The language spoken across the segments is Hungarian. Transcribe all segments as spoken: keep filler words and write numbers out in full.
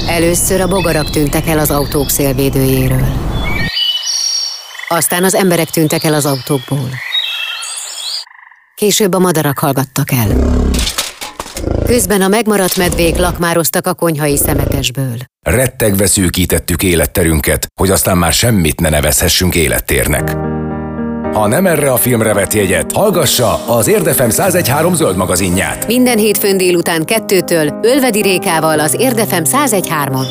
Először a bogarak tűntek el az autók szélvédőjéről. Aztán az emberek tűntek el az autókból. Később a madarak hallgattak el. Közben a megmaradt medvék lakmároztak a konyhai szemetesből. Rettegve szűkítettük életterünket, hogy aztán már semmit ne nevezhessünk élettérnek. Ha nem erre a filmre vett jegyet, hallgassa az Érd ef em száz egy három zöld magazinját. Minden hétfőn délután kettőtől Ölvedi Rékával az Érd ef em száz egy hármon.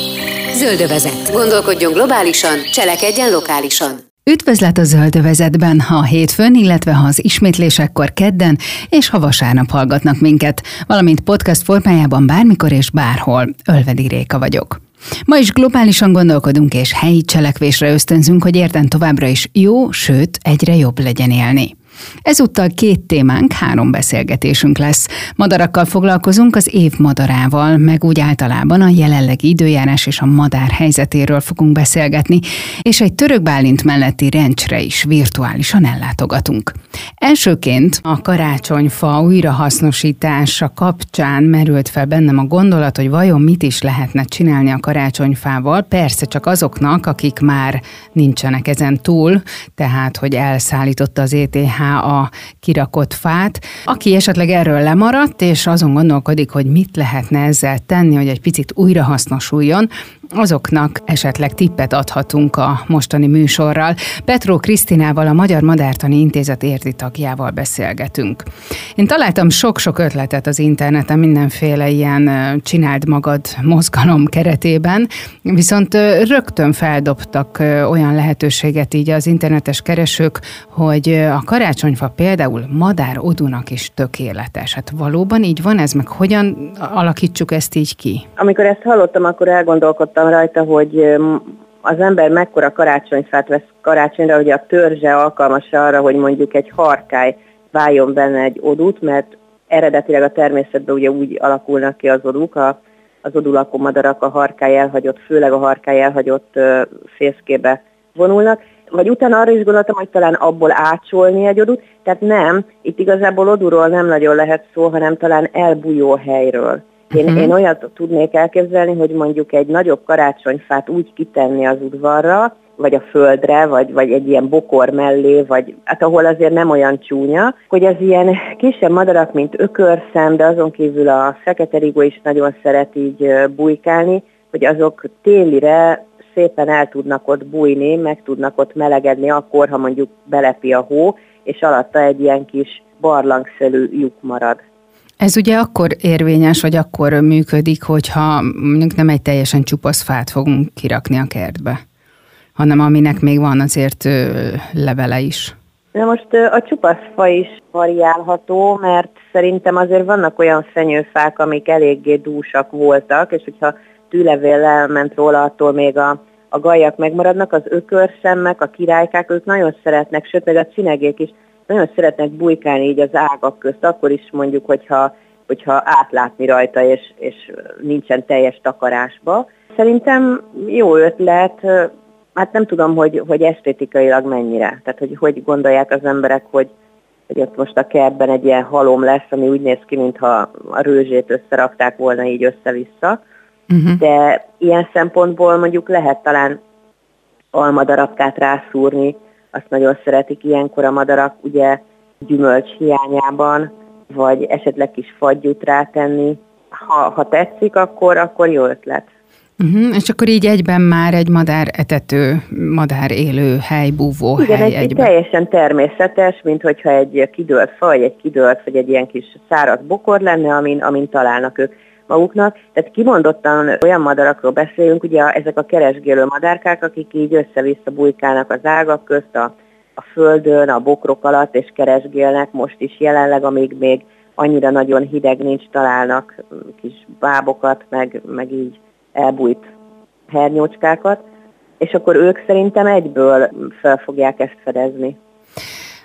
Zöldövezet. Gondolkodjon globálisan, cselekedjen lokálisan. Üdvözlet a Zöldövezetben, ha hétfőn, illetve ha az ismétlésekkor kedden, és ha vasárnap hallgatnak minket, valamint podcast formájában bármikor és bárhol. Ölvedi Réka vagyok. Ma is globálisan gondolkodunk és helyi cselekvésre ösztönzünk, hogy Érden továbbra is jó, sőt, egyre jobb legyen élni. Ezúttal két témánk, három beszélgetésünk lesz. Madarakkal foglalkozunk, az év madarával, meg úgy általában a jelenlegi időjárás és a madár helyzetéről fogunk beszélgetni, és egy Török Bálint melletti rencsre is virtuálisan ellátogatunk. Elsőként a karácsonyfa újrahasznosítása kapcsán merült fel bennem a gondolat, hogy vajon mit is lehetne csinálni a karácsonyfával, persze csak azoknak, akik már nincsenek ezen túl, tehát hogy elszállította az é té há a kirakott fát. Aki esetleg erről lemaradt, és azon gondolkodik, hogy mit lehetne ezzel tenni, hogy egy picit újrahasznosuljon, azoknak esetleg tippet adhatunk a mostani műsorral. Petró Krisztinával, a Magyar Madártani Intézet érdi tagjával beszélgetünk. Én találtam sok-sok ötletet az interneten, mindenféle ilyen csináld magad mozgalom keretében, viszont rögtön feldobtak olyan lehetőséget így az internetes keresők, hogy a karácsonyfa például madár-odúnak is tökéletes. Hát valóban így van ez, meg hogyan alakítsuk ezt így ki? Amikor ezt hallottam, akkor elgondolkodtam rajta, hogy az ember mekkora karácsonyfát vesz karácsonyra, hogy a törzse alkalmas arra, hogy mondjuk egy harkály váljon benne egy odút, mert eredetileg a természetben ugye úgy alakulnak ki az odúk, a, az odulakó madarak a harkály elhagyott, főleg a harkály elhagyott uh, fészkébe vonulnak, vagy utána arra is gondoltam, hogy talán abból ácsolni egy odút, tehát nem, itt igazából odúról nem nagyon lehet szó, hanem talán elbújó helyről. Én, uh-huh. én olyat tudnék elképzelni, hogy mondjuk egy nagyobb karácsonyfát úgy kitenni az udvarra, vagy a földre, vagy, vagy egy ilyen bokor mellé, vagy hát ahol azért nem olyan csúnya, hogy az ilyen kisebb madarak, mint ökörszem, de azon kívül a fekete rigó is nagyon szeret így bujkálni, hogy azok télire szépen el tudnak ott bújni, meg tudnak ott melegedni akkor, ha mondjuk belepi a hó, és alatta egy ilyen kis barlangszerű lyuk marad. Ez ugye akkor érvényes, vagy akkor működik, hogyha mondjuk nem egy teljesen csupasz fát fogunk kirakni a kertbe, hanem aminek még van azért levele is. Na most a csupasz fa is variálható, mert szerintem azért vannak olyan fenyőfák, amik eléggé dúsak voltak, és hogyha tűlevél elment róla, attól még a, a gajak megmaradnak, az ökörszemek, a királykák, ők nagyon szeretnek, sőt, meg a cinegék is nagyon szeretnek bujkálni így az ágak közt, akkor is mondjuk, hogyha, hogyha átlátni rajta, és, és nincsen teljes takarásba. Szerintem jó ötlet, hát nem tudom, hogy, hogy esztétikailag mennyire. Tehát, hogy hogy gondolják az emberek, hogy, hogy ott most a kertben egy ilyen halom lesz, ami úgy néz ki, mintha a rőzsét összerakták volna így össze-vissza. Uh-huh. De ilyen szempontból mondjuk lehet talán almadarabkát rászúrni, azt nagyon szeretik ilyenkor a madarak, ugye gyümölcs hiányában, vagy esetleg kis fagyút rátenni. Ha, ha tetszik, akkor, akkor jó ötlet. Uh-huh, és akkor így egyben már egy madár etető, madár élő hely, búvó igen, hely egy egyben. Teljesen természetes, mint hogyha egy kidőlt fa, vagy egy kidőlt, vagy egy ilyen kis száraz bokor lenne, amin, amin találnak ők maguknak. Tehát kimondottan olyan madarakról beszélünk, ugye ezek a keresgélő madárkák, akik így össze-vissza bujkálnak az ágak közt, a, a földön, a bokrok alatt, és keresgélnek most is jelenleg, amíg még annyira nagyon hideg nincs, találnak kis bábokat, meg, meg így elbújt hernyócskákat, és akkor ők szerintem egyből fel fogják ezt fedezni.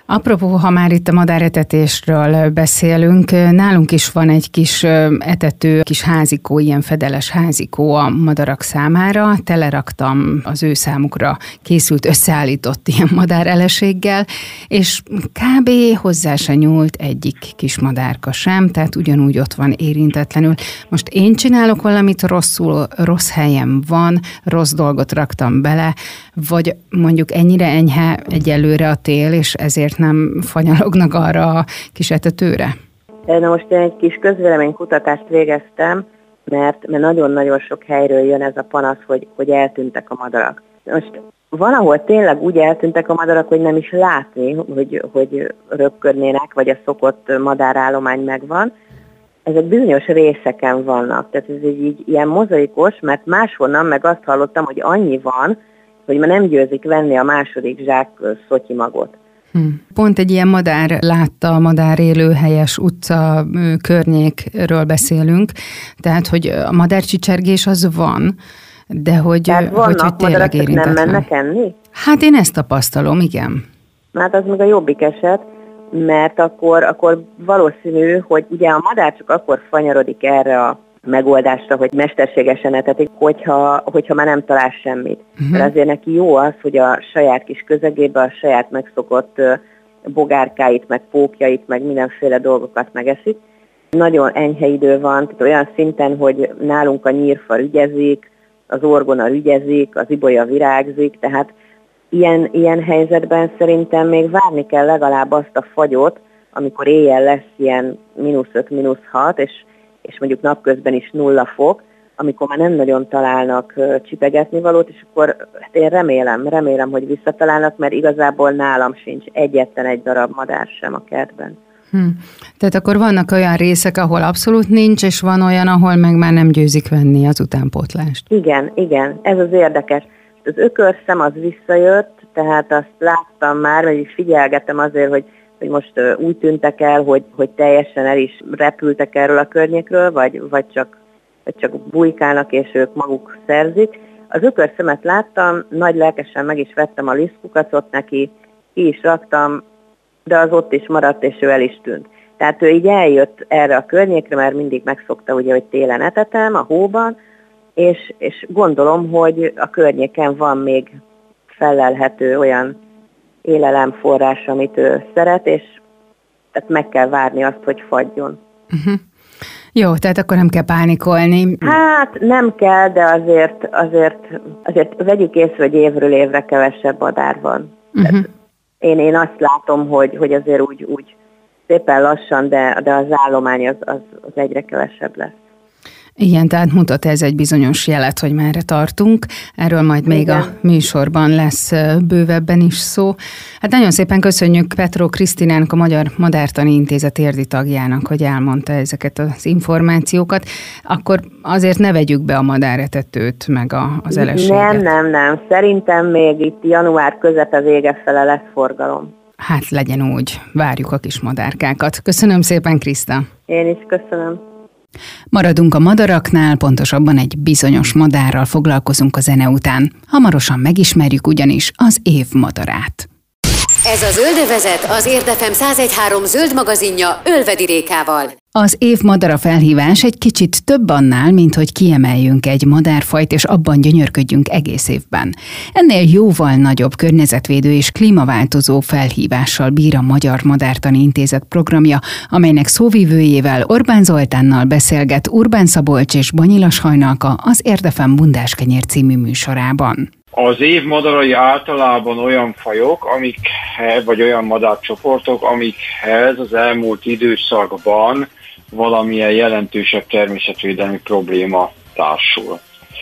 Apropó, ha már itt a madáretetésről beszélünk, nálunk is van egy kis etető, kis házikó, ilyen fedeles házikó a madarak számára. Teleraktam az ő számukra készült, összeállított ilyen madáreleséggel, és kb. Hozzá se nyúlt egyik kis madárka sem, tehát ugyanúgy ott van érintetlenül. Most én csinálok valamit rosszul, rossz helyen van, rossz dolgot raktam bele, vagy mondjuk ennyire enyhe egyelőre a tél, és ezért nem fanyalognak arra a kis etetőre? Na most én egy kis közvéleménykutatást végeztem, mert, mert nagyon-nagyon sok helyről jön ez a panasz, hogy, hogy eltűntek a madarak. Most van, ahol tényleg úgy eltűntek a madarak, hogy nem is látni, hogy, hogy röpködnének, vagy a szokott madárállomány megvan. Ezek bizonyos részeken vannak, tehát ez egy így, ilyen mozaikos, mert máshonnan meg azt hallottam, hogy annyi van, hogy ma nem győzik venni a második zsák szotyimagot. Pont egy ilyen madár látta, a madár élőhelyes utca környékről beszélünk, tehát hogy a madárcsicsergés az van, de hogy, tehát vannak hogy, hogy tényleg madarak, érintetlen. nem mennek enni? Hát én ezt tapasztalom, igen. Hát az meg a jobbik eset, mert akkor, akkor valószínű, hogy ugye a madár csak akkor fanyarodik erre a megoldásra, hogy mesterségesen etetik, hogyha, hogyha már nem talál semmit. Uh-huh. Mert azért neki jó az, hogy a saját kis közegébe, a saját megszokott bogárkáit, meg pókjait, meg mindenféle dolgokat megeszik. Nagyon enyhe idő van, tehát olyan szinten, hogy nálunk a nyírfa ügyezik, az orgona ügyezik, az ibolya virágzik, tehát ilyen, ilyen helyzetben szerintem még várni kell legalább azt a fagyot, amikor éjjel lesz ilyen mínusz öt, mínusz hat, és és mondjuk napközben is nulla fok, amikor már nem nagyon találnak uh, csipegetni valót, és akkor hát én remélem, remélem, hogy visszatalálnak, mert igazából nálam sincs egyetlen egy darab madár sem a kertben. Hm. Tehát akkor vannak olyan részek, ahol abszolút nincs, és van olyan, ahol meg már nem győzik venni az utánpótlást. Igen, igen, ez az érdekes. Az ökörszem az visszajött, tehát azt láttam már, vagy figyelgetem azért, hogy hogy most uh, úgy tűntek el, hogy, hogy teljesen el is repültek erről a környékről, vagy, vagy, csak, vagy csak bujkálnak, és ők maguk szerzik. Az ökörszemet láttam, nagy lelkesen meg is vettem a lisztkukacot neki, ki is raktam, de az ott is maradt, és ő el is tűnt. Tehát ő így eljött erre a környékre, mert mindig megszokta, ugye, hogy télen etetem, a hóban, és, és gondolom, hogy a környéken van még fellelhető olyan élelemforrás, amit ő szeret, és tehát meg kell várni azt, hogy fagyjon. Uh-huh. Jó, tehát akkor nem kell pánikolni. Hát nem kell, de azért, azért, azért vegyük észre, hogy évről évre kevesebb madár van. Uh-huh. Én, én azt látom, hogy, hogy azért úgy, úgy szépen lassan, de, de az állomány az, az, az egyre kevesebb lesz. Igen, tehát mutat ez egy bizonyos jelet, hogy merre tartunk. Erről majd még Igen. a műsorban lesz bővebben is szó. Hát nagyon szépen köszönjük Petró Krisztinának, a Magyar Madártani Intézet érdi tagjának, hogy elmondta ezeket az információkat. Akkor azért ne vegyük be a madáretetőt, meg a, az eleséget. Nem, nem, nem. Szerintem még itt január közepe vége fele lesz forgalom. Hát legyen úgy. Várjuk a kis madárkákat. Köszönöm szépen, Kriszta. Én is köszönöm. Maradunk a madaraknál, pontosabban egy bizonyos madárral foglalkozunk a zene után. Hamarosan megismerjük ugyanis az év madarát. Ez a Zöldövezet, az Érd ef em száz egy három zöld magazinja Ölvedi Rékával. Az év madara felhívás egy kicsit több annál, mint hogy kiemeljünk egy madárfajt, és abban gyönyörködjünk egész évben. Ennél jóval nagyobb környezetvédő és klímaváltozó felhívással bír a Magyar Madártani Intézet programja, amelynek szóvivőjével, Orbán Zoltánnal beszélget Urbán Szabolcs és Banyilas Hajnalka az Érd ef em Bundáskenyér című műsorában. Az év madarai általában olyan fajok, amik, vagy olyan madárcsoportok, amikhez az elmúlt időszakban valamilyen jelentősebb természetvédelmi probléma társul.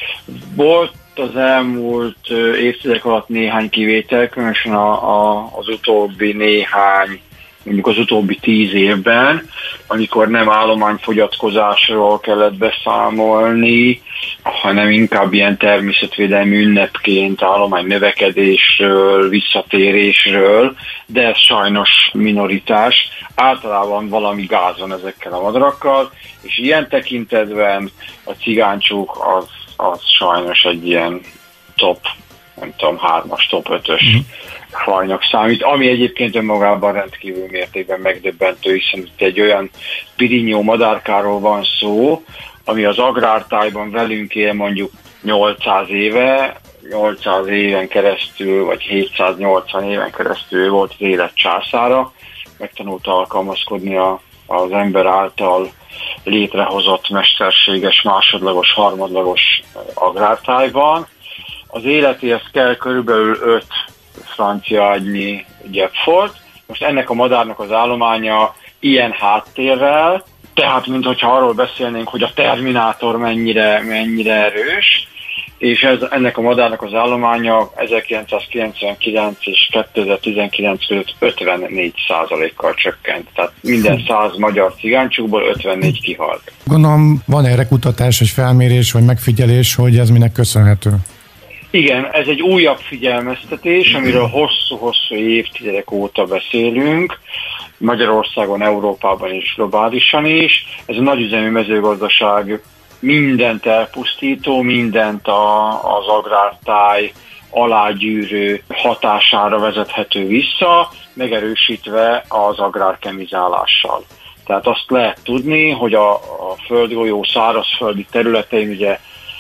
Volt az elmúlt évtizedek alatt néhány kivétel, különösen a, a, az utóbbi néhány, mondjuk az utóbbi tíz évben, amikor nem állományfogyatkozásról kellett beszámolni, hanem inkább ilyen természetvédelmi ünnepként állomány növekedésről, visszatérésről, de ez sajnos minoritás. Általában valami gáz van ezekkel a madarakkal, és ilyen tekintetben a cigánycsúk az, az sajnos egy ilyen top nem tudom, hármas, top ötös mm. fajnak számít, ami egyébként önmagában rendkívül mértékben megdöbbentő, hiszen itt egy olyan pirinyó madárkáról van szó, ami az agrártájban velünk él mondjuk nyolcszáz éve, nyolcszáz éven keresztül, vagy hétszáznyolcvan éven keresztül volt az élet császára, megtanult alkalmazkodni a, az ember által létrehozott mesterséges, másodlagos, harmadlagos agrártájban. Az életéhez kell körülbelül öt francia agynyi gyepfolt. Most ennek a madárnak az állománya ilyen háttérrel, tehát minthogyha arról beszélnénk, hogy a Terminátor mennyire, mennyire erős, és ez, ennek a madárnak az állománya ezerkilencszázkilencvenkilenc és kétezer-tizenkilenc között ötvennégy százalékkal csökkent. Tehát minden száz magyar cigánycsukból ötvennégy kihalt. Gondolom van erre kutatás, vagy felmérés, vagy megfigyelés, hogy ez minek köszönhető? Igen, ez egy újabb figyelmeztetés, amiről hosszú-hosszú évtizedek óta beszélünk, Magyarországon, Európában és globálisan is. Ez a nagyüzemű mezőgazdaság mindent elpusztító, mindent a, az agrártáj alágyűrő hatására vezethető vissza, megerősítve az agrárkemizálással. Tehát azt lehet tudni, hogy a, a földgolyó szárazföldi területein ugye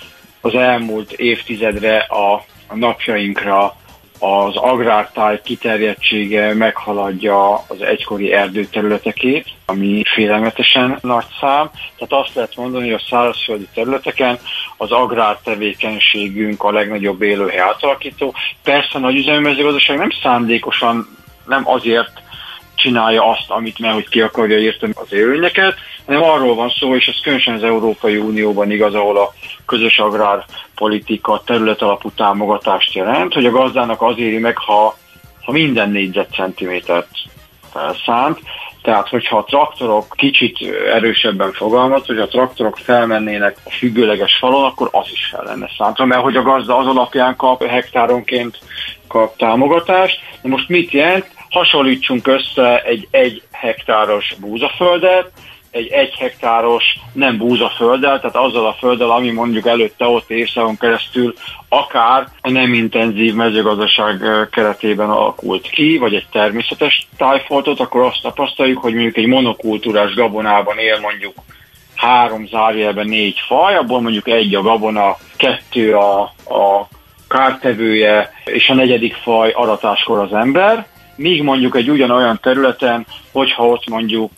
az elmúlt évtizedre, a, a napjainkra az agrártáj kiterjedtsége meghaladja az egykori erdőterületekét, ami félelmetesen nagy szám. Tehát azt lehet mondani, hogy a szárazföldi területeken az agrártevékenységünk a legnagyobb élőhely átalakító. Persze a nagyüzemű mezőgazdaság nem szándékosan, nem azért csinálja azt, amit meg, hogy ki akarja írtani az élőnyeket, hanem arról van szó, és ez különösen az Európai Unióban igaz, ahol a közös agrárpolitika területalapú támogatást jelent, hogy a gazdának az éri meg, ha, ha minden négyzetcentimétert felszánt. Tehát, hogyha a traktorok kicsit erősebben fogalmaz, hogy a traktorok felmennének a függőleges falon, akkor az is fel lenne szántva, mert hogy a gazda az alapján kap, hektáronként kap támogatást. De most mit jelent? Hasonlítsunk össze egy egy hektáros búzaföldet, egy egy hektáros nem búzafölddel, tehát azzal a földdel, ami mondjuk előtte ott évszázadon keresztül akár a nem intenzív mezőgazdaság keretében alakult ki, vagy egy természetes tájfoltot, akkor azt tapasztaljuk, hogy mondjuk egy monokultúrás gabonában él mondjuk három zárójelben négy faj, abból mondjuk egy a gabona, kettő a, a kártevője, és a negyedik faj aratáskor az ember. Míg mondjuk egy ugyanolyan területen, hogyha ott mondjuk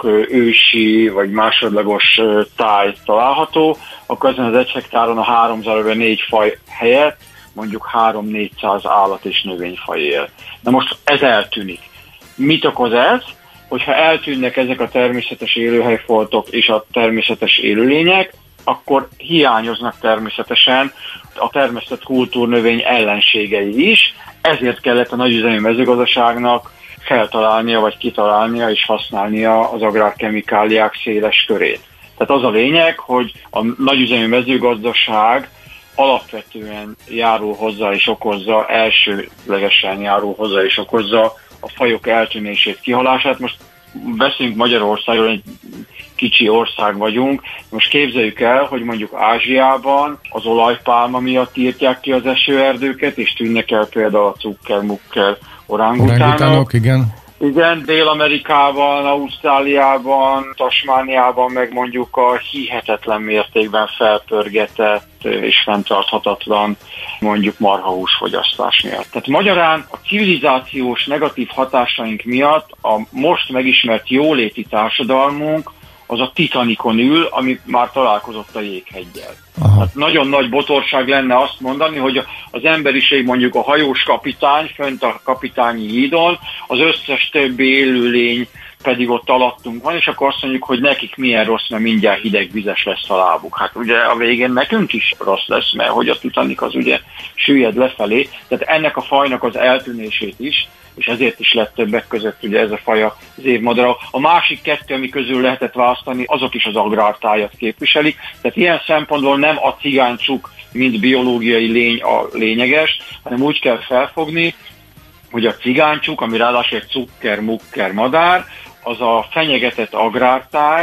ősi vagy másodlagos táj található, akkor ezen az egy hektáron a háromszáz négy faj helyett mondjuk három-négyszáz állat és növényfaj él. Na most ez eltűnik. Mit okoz ez? Hogyha eltűnnek ezek a természetes élőhelyfoltok és a természetes élőlények, akkor hiányoznak természetesen a termesztett kultúrnövény ellenségei is, ezért kellett a nagyüzemű mezőgazdaságnak feltalálnia, vagy kitalálnia és használnia az agrárkemikáliák széles körét. Tehát az a lényeg, hogy a nagyüzemű mezőgazdaság alapvetően járul hozzá és okozza, elsőlegesen járul hozzá és okozza a fajok eltűnését, kihalását. Most beszélünk Magyarországról, egy kicsi ország vagyunk. Most képzeljük el, hogy mondjuk Ázsiában az olajpálma miatt írtják ki az esőerdőket, és tűnnek el például a cukker, mukker, orángutánok. Igen. Igen, Dél-Amerikában, Ausztráliában, Tasmániában meg mondjuk a hihetetlen mértékben felpörgetett és fenntarthatatlan mondjuk marhahúsfogyasztás miatt. Tehát magyarán a civilizációs negatív hatásaink miatt a most megismert jóléti társadalmunk az a Titanicon ül, ami már találkozott a jégheggyel. Hát nagyon nagy botorság lenne azt mondani, hogy az emberiség mondjuk a hajós kapitány, fönt a kapitányi hídon, az összes többi élőlény pedig ott alattunk van, és akkor azt mondjuk, hogy nekik milyen rossz, mert mindjárt hideg vizes lesz a lábuk. Hát ugye a végén nekünk is rossz lesz, mert hogy a Titanic az ugye süllyed lefelé, tehát ennek a fajnak az eltűnését is, és ezért is lett többek között ugye ez a faj az évmadara. A másik kettő, ami közül lehetett választani, azok is az agrártájat képviselik. Tehát ilyen szempontból nem a cigánycsuk, mint biológiai lény a lényeges, hanem úgy kell felfogni, hogy a cigánycsuk, ami ráadásul egy cukker-mukker madár, az a fenyegetett agrártáj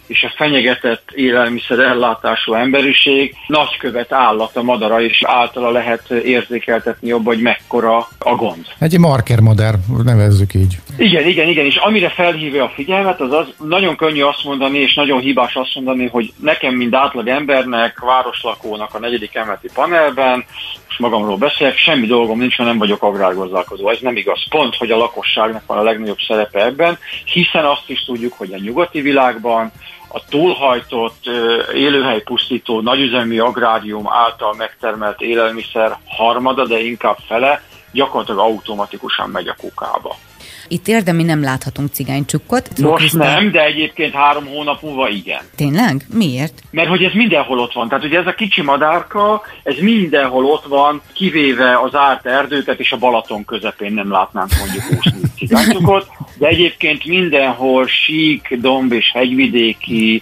és a fenyegetett élelmiszer ellátású emberiség nagykövet állat a madara, és általa lehet érzékeltetni jobban, hogy mekkora a gond. Egy markermadár, nevezzük így. Igen, igen, igen, és amire felhívja a figyelmet, az az nagyon könnyű azt mondani, és nagyon hibás azt mondani, hogy nekem, mint átlag embernek, városlakónak a negyedik emeleti panelben, most magamról beszélek, semmi dolgom nincs, mert nem vagyok agrárgazdálkodó. Ez nem igaz. Pont, hogy a lakosságnak van a legnagyobb szerepe ebben, hiszen azt is tudjuk, hogy a nyugati világban a túlhajtott, élőhelypusztító, nagyüzemű agrárium által megtermelt élelmiszer harmada, de inkább fele gyakorlatilag automatikusan megy a kukába. Itt érdemi nem láthatunk cigánycsukkot. Most nem, de egyébként három hónap múlva igen. Tényleg? Miért? Mert hogy ez mindenhol ott van. Tehát ugye ez a kicsi madárka, ez mindenhol ott van, kivéve az árt erdőket, és a Balaton közepén nem látnánk mondjuk úszni cigánycsukot, de egyébként mindenhol sík, domb és hegyvidéki,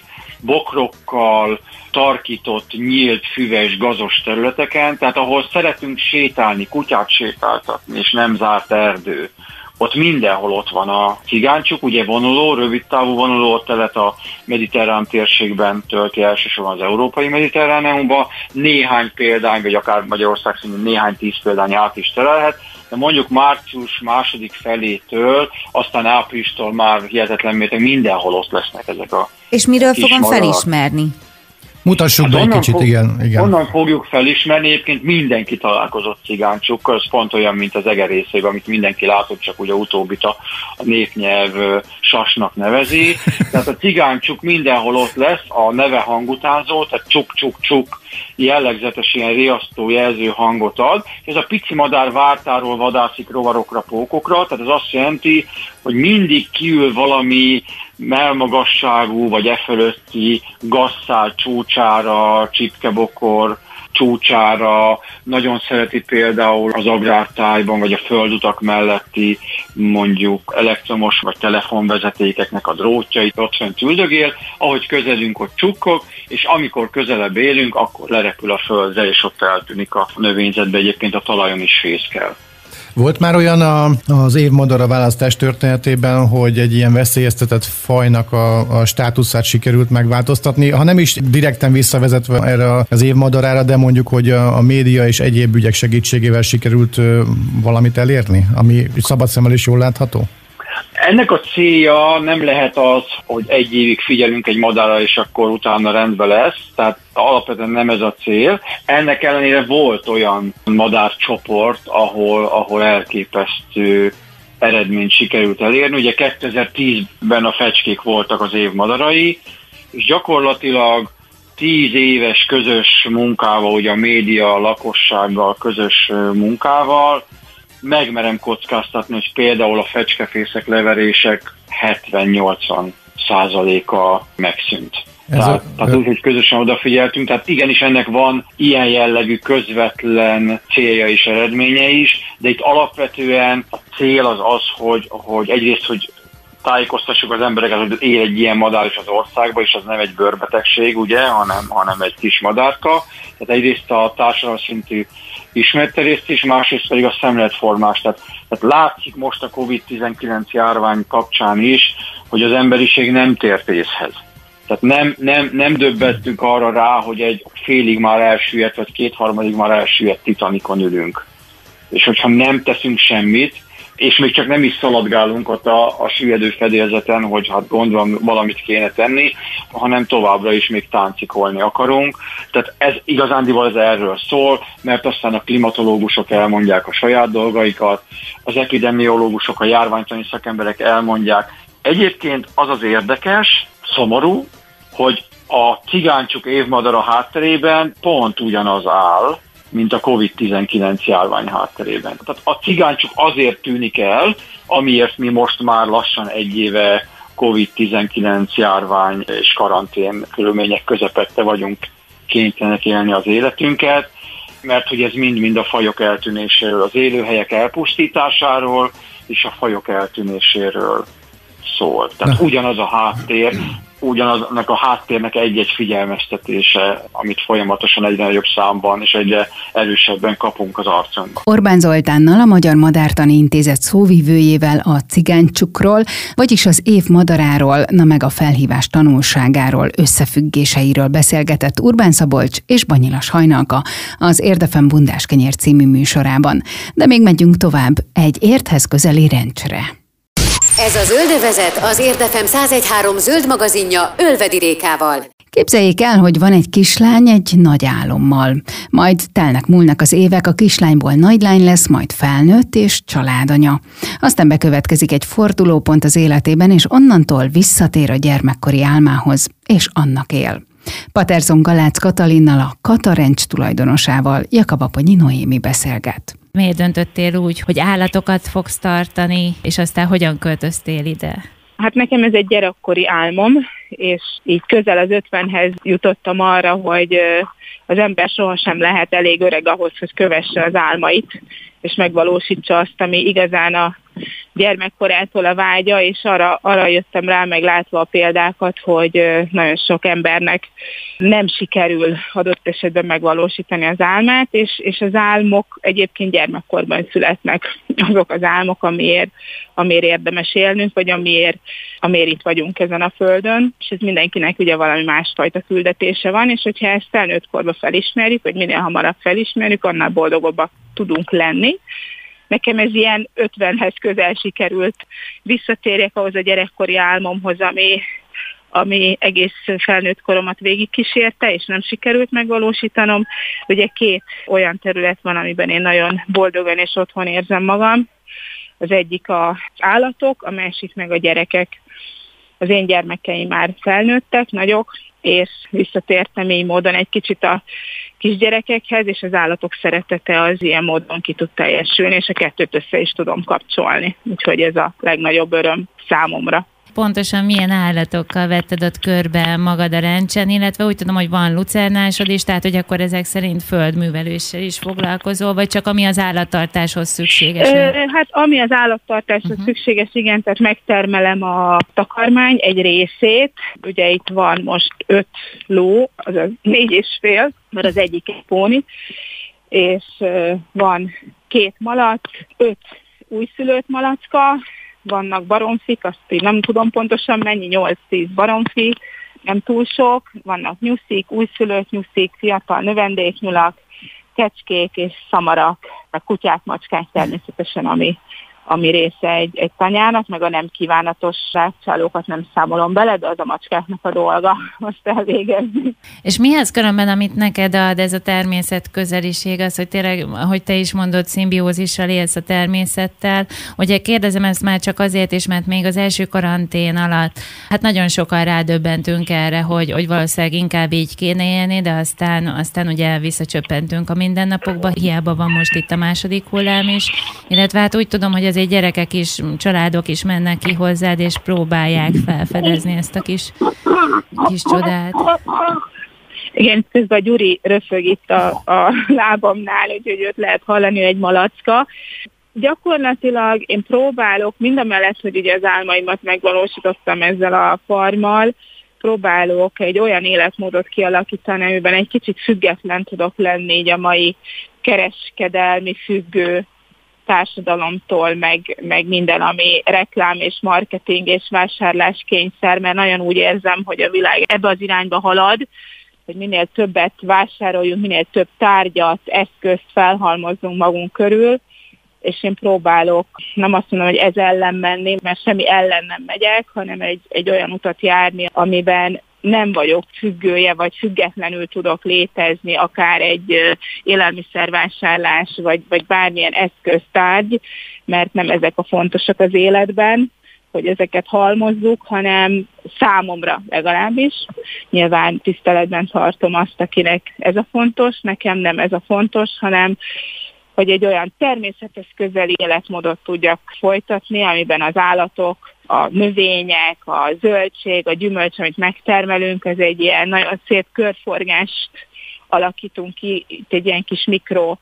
bokrokkal tarkított, nyílt, füves, gazos területeken, tehát ahol szeretünk sétálni, kutyát sétáltatni, és nem zárt erdő, ott mindenhol ott van a cigánycsuk, ugye vonuló, rövidtávú vonuló telet a mediterrán térségben tölti elsősorban az európai mediterráneumban, néhány példány, vagy akár Magyarország szintén néhány tíz példány át is terelhet, de mondjuk március második felétől, aztán áprilistól már hihetetlen mértékben mindenhol ott lesznek ezek a És miről fogom madarak. felismerni? Mutassuk hát be egy kicsit, fog, igen, igen. Onnan fogjuk felismerni, egyébként mindenki találkozott cigánycsukkal, ez pont olyan, mint az egerészében, amit mindenki látott, csak ugye utóbbit a, a népnyelv sasnak nevezi. Tehát a cigánycsuk mindenhol ott lesz, a neve hangutánzó, tehát csuk-csuk-csuk jellegzetes ilyen riasztó jelző hangot ad. Ez a pici madár vártáról vadászik rovarokra, pókokra, tehát ez azt jelenti, hogy mindig kiül valami melmagasságú vagy e fölötti gasszál csúcsára, csipkebokor csúcsára, nagyon szereti például az agrártájban vagy a földutak melletti mondjuk elektromos vagy telefonvezetékeknek a drótjait, ott fent üldögél, ahogy közelünk, ott csukkog, és amikor közelebb élünk, akkor lerepül a földre, és ott eltűnik a növényzetbe, egyébként a talajon is fészkel. Volt már olyan a, az évmadara választás történetében, hogy egy ilyen veszélyeztetett fajnak a, a státuszát sikerült megváltoztatni, ha nem is direkten visszavezetve erre az évmadarára, de mondjuk, hogy a, a média és egyéb ügyek segítségével sikerült ö, valamit elérni, ami szabad szemmel is jól látható? Ennek a célja nem lehet az, hogy egy évig figyelünk egy madárra, és akkor utána rendben lesz, tehát alapvetően nem ez a cél. Ennek ellenére volt olyan madárcsoport, ahol, ahol elképesztő eredményt sikerült elérni. Ugye kétezer-tízben a fecskék voltak az év madarai, és gyakorlatilag tíz éves közös munkával, ugye a média, a lakossággal közös munkával, megmerem kockáztatni, hogy például a fecskefészek, leverések hetven-nyolcvan százaléka megszűnt. Ez tehát, a... tehát úgy, hogy közösen odafigyeltünk, tehát igenis ennek van ilyen jellegű közvetlen célja és eredménye is, de itt alapvetően a cél az az, hogy, hogy egyrészt, hogy tájékoztassuk az embereket, hogy él egy ilyen madár is az országban, és az nem egy bőrbetegség, ugye, hanem, hanem egy kis madárka. Tehát egyrészt a társadalmi szintű ismeretterjesztés is, másrészt pedig a szemléletformás. Tehát, tehát látszik most a kovid tizenkilenc járvány kapcsán is, hogy az emberiség nem tért észhez. Tehát nem, nem, nem döbbettünk arra rá, hogy egy félig már elsüllyedt, vagy kétharmadig már elsüllyedt Titanicon ülünk. És hogyha nem teszünk semmit, és még csak nem is szaladgálunk ott a, a süllyedő fedélzeten, hogy hát gond van, valamit kéne tenni, hanem továbbra is még táncikolni akarunk. Tehát ez igazándiból ez erről szól, mert aztán a klimatológusok elmondják a saját dolgaikat, az epidemiológusok, a járványtani szakemberek elmondják. Egyébként az az érdekes, szomorú, hogy a cigánycsuk évmadara hátterében pont ugyanaz áll, mint a kovid tizenkilenc járvány hátterében. Tehát a cigánycsuk azért tűnik el, amiért mi most már lassan egy éve kovid tizenkilenc járvány és karantén körülmények közepette vagyunk kénytelenek élni az életünket, mert hogy ez mind-mind a fajok eltűnéséről, az élőhelyek elpusztításáról és a fajok eltűnéséről szól. Tehát ugyanaz a háttér, ugyanaznak a háttérnek egy-egy figyelmeztetése, amit folyamatosan egyre nagyobb számban és egyre erősebben kapunk az arcunkba. Orbán Zoltánnal, a Magyar Madártani Intézet szóvivőjével a cigánycsukkról, vagyis az év madaráról, na meg a felhívás tanulságáról, összefüggéseiről beszélgetett Urbán Szabolcs és Banyilas Hajnalka az Érdefem Bundáskenyér című műsorában. De még megyünk tovább egy érthez közeli rencsre. Ez a Zöldövezet, az Érdefem száz egy három zöld magazinja Ölvedi Rékával. Képzeljék el, hogy van egy kislány egy nagy álommal. Majd telnek múlnak az évek, a kislányból nagylány lesz, majd felnőtt és családanya. Aztán bekövetkezik egy fordulópont az életében, és onnantól visszatér a gyermekkori álmához, és annak él. Paterson Galác Katalinnal, a Kata Ranch tulajdonosával Jakab Aponyi Noémi beszélget. Miért döntöttél úgy, hogy állatokat fogsz tartani, és aztán hogyan költöztél ide? Hát nekem ez egy gyerekkori álmom, és így közel az ötvenhez jutottam arra, hogy az ember sohasem lehet elég öreg ahhoz, hogy kövesse az álmait, és megvalósítsa azt, ami igazán a gyermekkorától a vágya, és arra, arra jöttem rá, meg látva a példákat, hogy nagyon sok embernek nem sikerül adott esetben megvalósítani az álmát, és, és az álmok egyébként gyermekkorban születnek. Azok az álmok, amiért, amiért érdemes élnünk, vagy amiért, amiért itt vagyunk ezen a földön, és ez mindenkinek ugye valami másfajta küldetése van, és hogyha ezt felnőtt korba felismerjük, vagy minél hamarabb felismerjük, annál boldogabbak tudunk lenni. Nekem ez ilyen ötvenhez közel sikerült. Visszatérjek ahhoz a gyerekkori álmomhoz, ami, ami egész felnőtt koromat végigkísérte, és nem sikerült megvalósítanom. Ugye két olyan terület van, amiben én nagyon boldogan és otthon érzem magam. Az egyik az állatok, a másik meg a gyerekek. Az én gyermekeim már felnőttek, nagyok, és visszatértem így módon egy kicsit a kisgyerekekhez, és az állatok szeretete az ilyen módon ki tud teljesülni, és a kettőt össze is tudom kapcsolni. Úgyhogy ez a legnagyobb öröm számomra. Pontosan milyen állatokkal vetted ott körbe magad a rencsen, illetve úgy tudom, hogy van lucernásod is, tehát hogy akkor ezek szerint földműveléssel is foglalkozol, vagy csak ami az állattartáshoz szükséges? Ö, hát ami az állattartáshoz uh-huh. szükséges, igen, tehát megtermelem a takarmány egy részét. Ugye itt van most öt ló, azaz négy és fél, mert az egyik egy póni, és van két malac, öt újszülött malacka, vannak baromfik, azt így nem tudom pontosan mennyi, nyolc-tíz baromfi, nem túl sok, vannak nyuszik, újszülött nyuszik, fiatal növendéknyulak, kecskék és szamarak, meg kutyák, macskák természetesen, ami, ami része egy, egy tanyának, meg a nem kívánatos rákcsálókat nem számolom bele, de az a macskáknak a dolga most elvégezni. És mi az különben, amit neked ad ez a természet közeliség, az, hogy tényleg, ahogy te is mondod, szimbiózissal élsz a természettel. Ugye kérdezem ezt már csak azért is, mert még az első karantén alatt, hát nagyon sokan rádöbbentünk erre, hogy, hogy valószínűleg inkább így kéne élni, de aztán, aztán ugye visszacsöppentünk a mindennapokba, hiába van most itt a második hullám is, illetve hát úgy tudom, hogy az azért gyerekek is, családok is mennek ki hozzád, és próbálják felfedezni ezt a kis, kis csodát. Igen, közben a Gyuri röfög itt a, a lábamnál, úgyhogy őt lehet hallani, egy malacka. Gyakorlatilag én próbálok, mindamellett, hogy ugye az álmaimat megvalósítottam ezzel a farmmal, próbálok egy olyan életmódot kialakítani, amiben egy kicsit független tudok lenni így a mai kereskedelmi függő társadalomtól, meg, meg minden, ami reklám és marketing és vásárlás kényszer, mert nagyon úgy érzem, hogy a világ ebbe az irányba halad, hogy minél többet vásároljunk, minél több tárgyat, eszközt felhalmozzunk magunk körül, és én próbálok, nem azt mondom, hogy ez ellen menni, mert semmi ellen nem megyek, hanem egy, egy olyan utat járni, amiben nem vagyok függője, vagy függetlenül tudok létezni, akár egy élelmiszervásárlás, vagy, vagy bármilyen eszköztárgy, mert nem ezek a fontosak az életben, hogy ezeket halmozzuk, hanem számomra legalábbis. Nyilván tiszteletben tartom azt, akinek ez a fontos, nekem nem ez a fontos, hanem hogy egy olyan természetes közeli életmódot tudjak folytatni, amiben az állatok, a növények, a zöldség, a gyümölcs, amit megtermelünk, ez egy ilyen nagyon szép körforgást alakítunk ki, itt egy ilyen kis mikro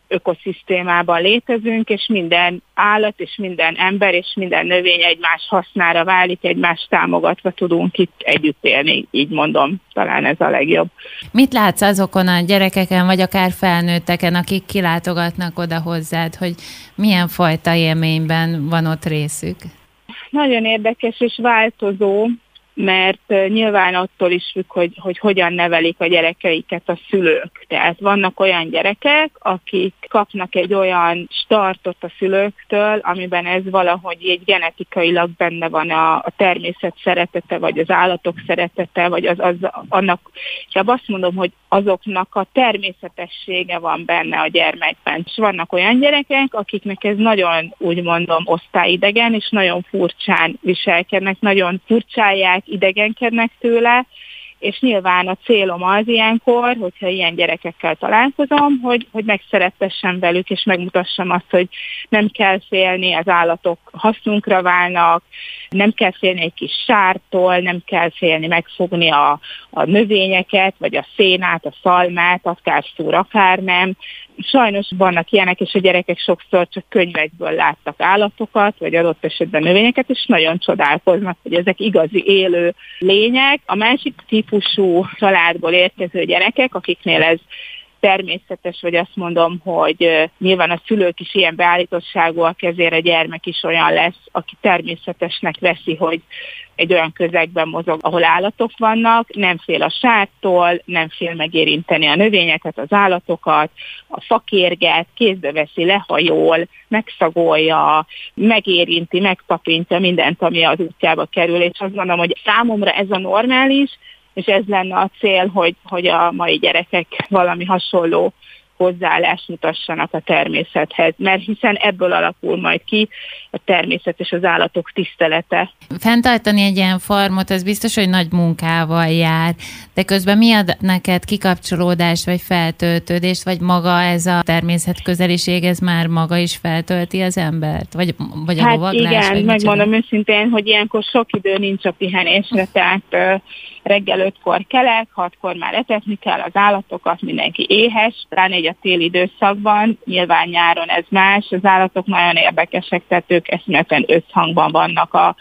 ökoszisztémában létezünk, és minden állat, és minden ember, és minden növény egymás hasznára válik, egymást támogatva tudunk itt együtt élni, így mondom, talán ez a legjobb. Mit látsz azokon a gyerekeken, vagy akár felnőtteken, akik kilátogatnak oda hozzád, hogy milyen fajta élményben van ott részük? Nagyon érdekes és változó, mert nyilván attól is függ, hogy, hogy hogyan nevelik a gyerekeiket a szülők. Tehát vannak olyan gyerekek, akik kapnak egy olyan startot a szülőktől, amiben ez valahogy egy genetikailag benne van a, a természet szeretete, vagy az állatok szeretete, vagy az, az annak, és azt mondom, hogy azoknak a természetessége van benne a gyermekben. És vannak olyan gyerekek, akiknek ez nagyon, úgy mondom, osztályidegen, és nagyon furcsán viselkednek, nagyon furcsálják, idegenkednek tőle, és nyilván a célom az ilyenkor, hogyha ilyen gyerekekkel találkozom, hogy, hogy megszerettessem velük, és megmutassam azt, hogy nem kell félni, az állatok hasznunkra válnak, nem kell félni egy kis sártól, nem kell félni megfogni a, a növényeket, vagy a szénát, a szalmát, akár szúr, akár nem. Sajnos vannak ilyenek, és a gyerekek sokszor csak könyvekből láttak állatokat, vagy adott esetben növényeket, és nagyon csodálkoznak, hogy ezek igazi élő lények. A másik típusú családból érkező gyerekek, akiknél ez természetes, vagy azt mondom, hogy nyilván a szülők is ilyen beállítottságúak, ezért a gyermek is olyan lesz, aki természetesnek veszi, hogy egy olyan közegben mozog, ahol állatok vannak, nem fél a sártól, nem fél megérinteni a növényeket, az állatokat, a fakérget, kézbe veszi, lehajol, megszagolja, megérinti, megtapintja mindent, ami az útjába kerül, és azt mondom, hogy számomra ez a normális, és ez lenne a cél, hogy, hogy a mai gyerekek valami hasonló hozzáállást mutassanak a természethez, mert hiszen ebből alakul majd ki a természet és az állatok tisztelete. Fenntartani egy ilyen farmot, az biztos, hogy nagy munkával jár, de közben mi ad neked kikapcsolódást, vagy feltöltődést, vagy maga ez a természetközeliség, ez már maga is feltölti az embert? Vagy, vagy a hát lovaglás? Igen, megmondom őszintén, hogy ilyenkor sok idő nincs a pihenésre, tehát uh, reggel ötkor kelek, hatkor már etetni kell az állatokat, mindenki éhes, pláne egy a téli időszakban, nyilván nyáron ez más, az állatok nagyon érdekesek, tehát ők eszméleten összhangban vannak a,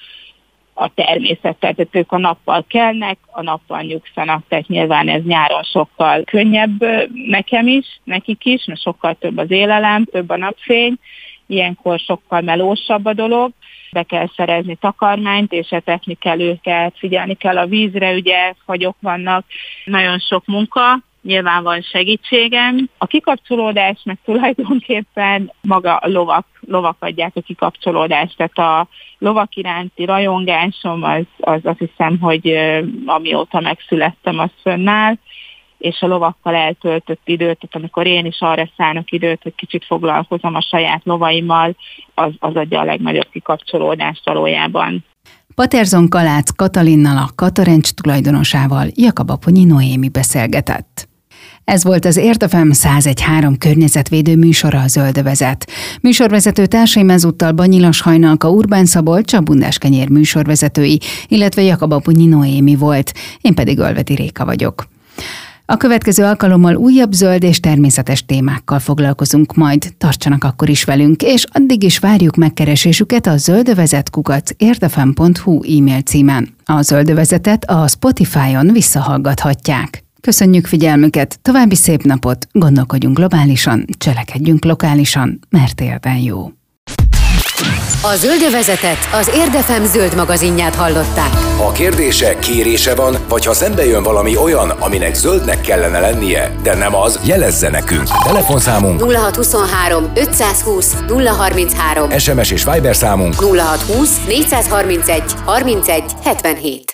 a természettel, tehát ők a nappal kelnek, a nappal nyugszanak, tehát nyilván ez nyáron sokkal könnyebb nekem is, nekik is, mert sokkal több az élelem, több a napfény, ilyenkor sokkal melósabb a dolog, be kell szerezni takarmányt, és etetni kell őket, figyelni kell a vízre, ugye fagyok vannak, nagyon sok munka, nyilván van segítségem. A kikapcsolódás meg tulajdonképpen maga a lovak, lovak adják a kikapcsolódást, tehát a lovak iránti rajongásom az, az azt hiszem, hogy amióta megszülettem, az fönnáll, és a lovakkal eltöltött időt, tehát amikor én is arra szánok időt, hogy kicsit foglalkozom a saját lovaimmal, az, az adja a legnagyobb kikapcsolódást valójában. Paterson Kalácz Katalinnal, a Katarencs tulajdonosával Jakab Aponyi Noémi beszélgetett. Ez volt az Érdefem száz egy pont három környezetvédő műsora, a Zöldövezet. Műsorvezető társaim ezúttal Banyilas Hajnalka, Urbán Szabolcs, a Bundás Kenyér műsorvezetői, illetve Jakab Aponyi Noémi volt, én pedig Ölvedi Réka vagyok. A következő alkalommal újabb zöld és természetes témákkal foglalkozunk majd, tartsanak akkor is velünk, és addig is várjuk megkeresésüket a zöldövezet kukac érdefem pont hu e-mail címen. A Zöldövezetet a Spotify-on visszahallgathatják. Köszönjük figyelmüket, további szép napot, gondolkodjunk globálisan, cselekedjünk lokálisan, mert érden jó. A Zöldövezetet az Érdefem zöld magazinját hallották. Ha kérdése, kérése van, vagy ha szembe jön valami olyan, aminek zöldnek kellene lennie, de nem az, jelezze nekünk. Telefonszámunk nulla hat huszonhárom ötszázhúsz nulla harminchárom, es em es és Viber számunk nulla hat húsz négyszázharmincegy harmincegy hetvenhét.